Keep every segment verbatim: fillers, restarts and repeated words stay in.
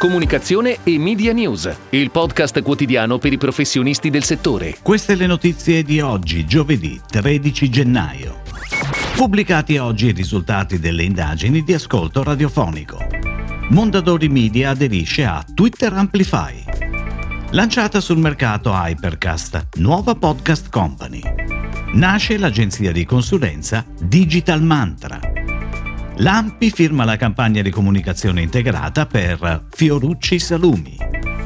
Comunicazione e Media News, il podcast quotidiano per i professionisti del settore. Queste le notizie di oggi, giovedì tredici gennaio. Pubblicati oggi i risultati delle indagini di ascolto radiofonico. Mondadori Media aderisce a Twitter Amplify. Lanciata sul mercato Hypercast, nuova podcast company. Nasce l'agenzia di consulenza Digital Mantra. L'Ampi firma la campagna di comunicazione integrata per Fiorucci Salumi.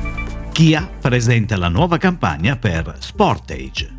Kia presenta la nuova campagna per Sportage.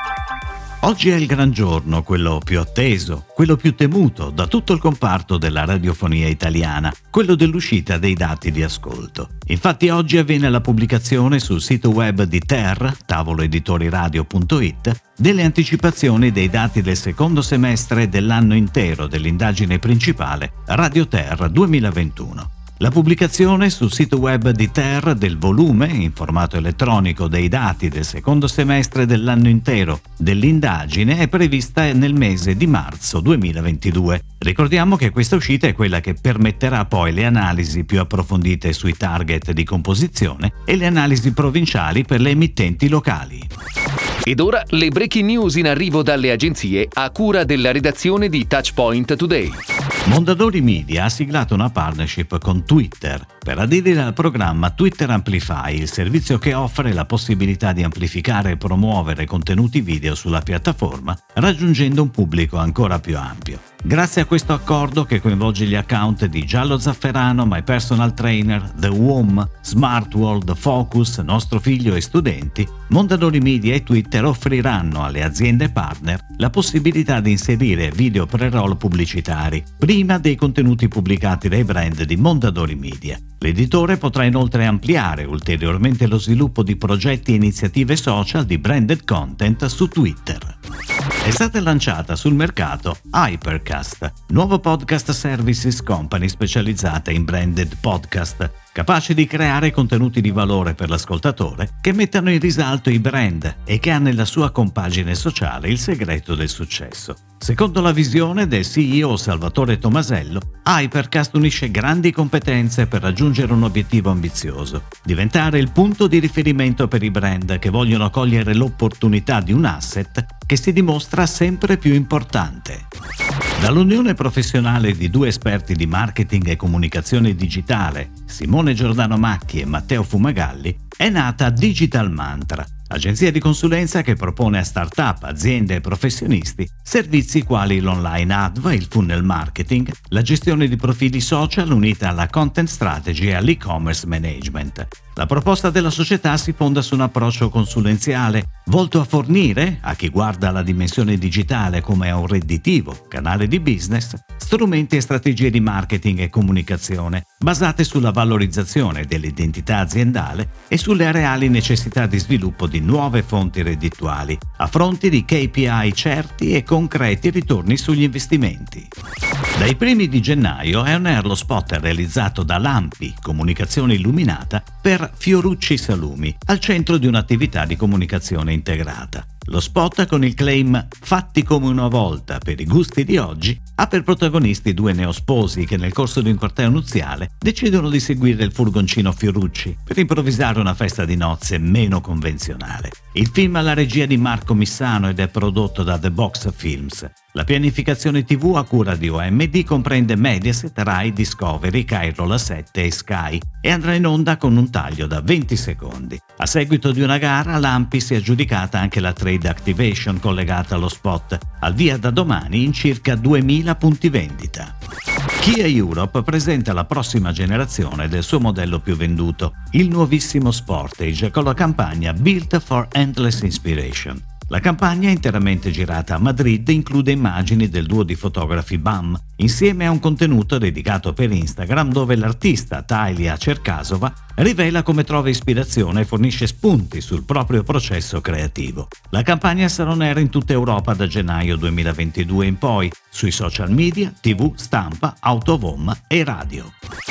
Oggi è il gran giorno, quello più atteso, quello più temuto da tutto il comparto della radiofonia italiana, quello dell'uscita dei dati di ascolto. Infatti oggi avviene la pubblicazione sul sito web di T E R, tavoloeditoriradio punto it, delle anticipazioni dei dati del secondo semestre dell'anno intero dell'indagine principale Radio T E R duemilaventuno. La pubblicazione sul sito web di T E R del volume in formato elettronico dei dati del secondo semestre dell'anno intero dell'indagine è prevista nel mese di marzo duemilaventidue. Ricordiamo che questa uscita è quella che permetterà poi le analisi più approfondite sui target di composizione e le analisi provinciali per le emittenti locali. Ed ora le breaking news in arrivo dalle agenzie a cura della redazione di Touchpoint Today. Mondadori Media ha siglato una partnership con Twitter per aderire al programma Twitter Amplify, il servizio che offre la possibilità di amplificare e promuovere contenuti video sulla piattaforma, raggiungendo un pubblico ancora più ampio. Grazie a questo accordo, che coinvolge gli account di Giallo Zafferano, My Personal Trainer, The Womb, Smart World, Focus, Nostro Figlio e Studenti, Mondadori Media e Twitter offriranno alle aziende partner la possibilità di inserire video pre-roll pubblicitari prima dei contenuti pubblicati dai brand di Mondadori Media. L'editore potrà inoltre ampliare ulteriormente lo sviluppo di progetti e iniziative social di branded content su Twitter. È stata lanciata sul mercato Hypercast, nuovo podcast services company specializzata in branded podcast, capace di creare contenuti di valore per l'ascoltatore che mettano in risalto i brand e che ha nella sua compagine sociale il segreto del successo. Secondo la visione del C E O Salvatore Tomasello, Hypercast unisce grandi competenze per raggiungere un obiettivo ambizioso: diventare il punto di riferimento per i brand che vogliono cogliere l'opportunità di un asset che si dimostra sempre più importante. Dall'unione professionale di due esperti di marketing e comunicazione digitale, Simone Giordano Macchi e Matteo Fumagalli, è nata Digital Mantra, agenzia di consulenza che propone a start-up, aziende e professionisti servizi quali l'online adv, il funnel marketing, la gestione di profili social unita alla content strategy e all'e-commerce management. La proposta della società si fonda su un approccio consulenziale volto a fornire, a chi guarda la dimensione digitale come a un redditivo canale di business, strumenti e strategie di marketing e comunicazione basate sulla valorizzazione dell'identità aziendale e sulle reali necessità di sviluppo di nuove fonti reddituali, a fronte di K P I certi e concreti ritorni sugli investimenti. Dai primi di gennaio è on air lo spot realizzato da Lampi, Comunicazione Illuminata, per Fiorucci Salumi, al centro di un'attività di comunicazione integrata. Lo spot, con il claim "Fatti come una volta per i gusti di oggi", ha per protagonisti due neosposi che nel corso di un corteo nuziale decidono di seguire il furgoncino Fiorucci per improvvisare una festa di nozze meno convenzionale. Il film ha la regia di Marco Missano ed è prodotto da The Box Films. La pianificazione tivù a cura di O M D comprende Mediaset, Rai, Discovery, Cairo La sette e Sky e andrà in onda con un taglio da venti secondi. A seguito di una gara, l'Ampi si è aggiudicata anche la trade activation collegata allo spot, al via da domani in circa duemila punti vendita. Kia Europe presenta la prossima generazione del suo modello più venduto, il nuovissimo Sportage, con la campagna Built for Endless Inspiration. La campagna, interamente girata a Madrid, include immagini del duo di fotografi B A M, insieme a un contenuto dedicato per Instagram dove l'artista Tailia Cerkasova rivela come trova ispirazione e fornisce spunti sul proprio processo creativo. La campagna sarà on air in tutta Europa da gennaio duemilaventidue in poi, sui social media, tivù, stampa, out of home e radio.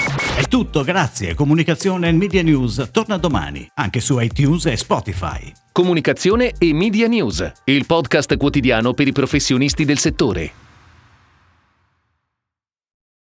È tutto, grazie. Comunicazione e Media News torna domani, anche su iTunes e Spotify. Comunicazione e Media News, il podcast quotidiano per i professionisti del settore.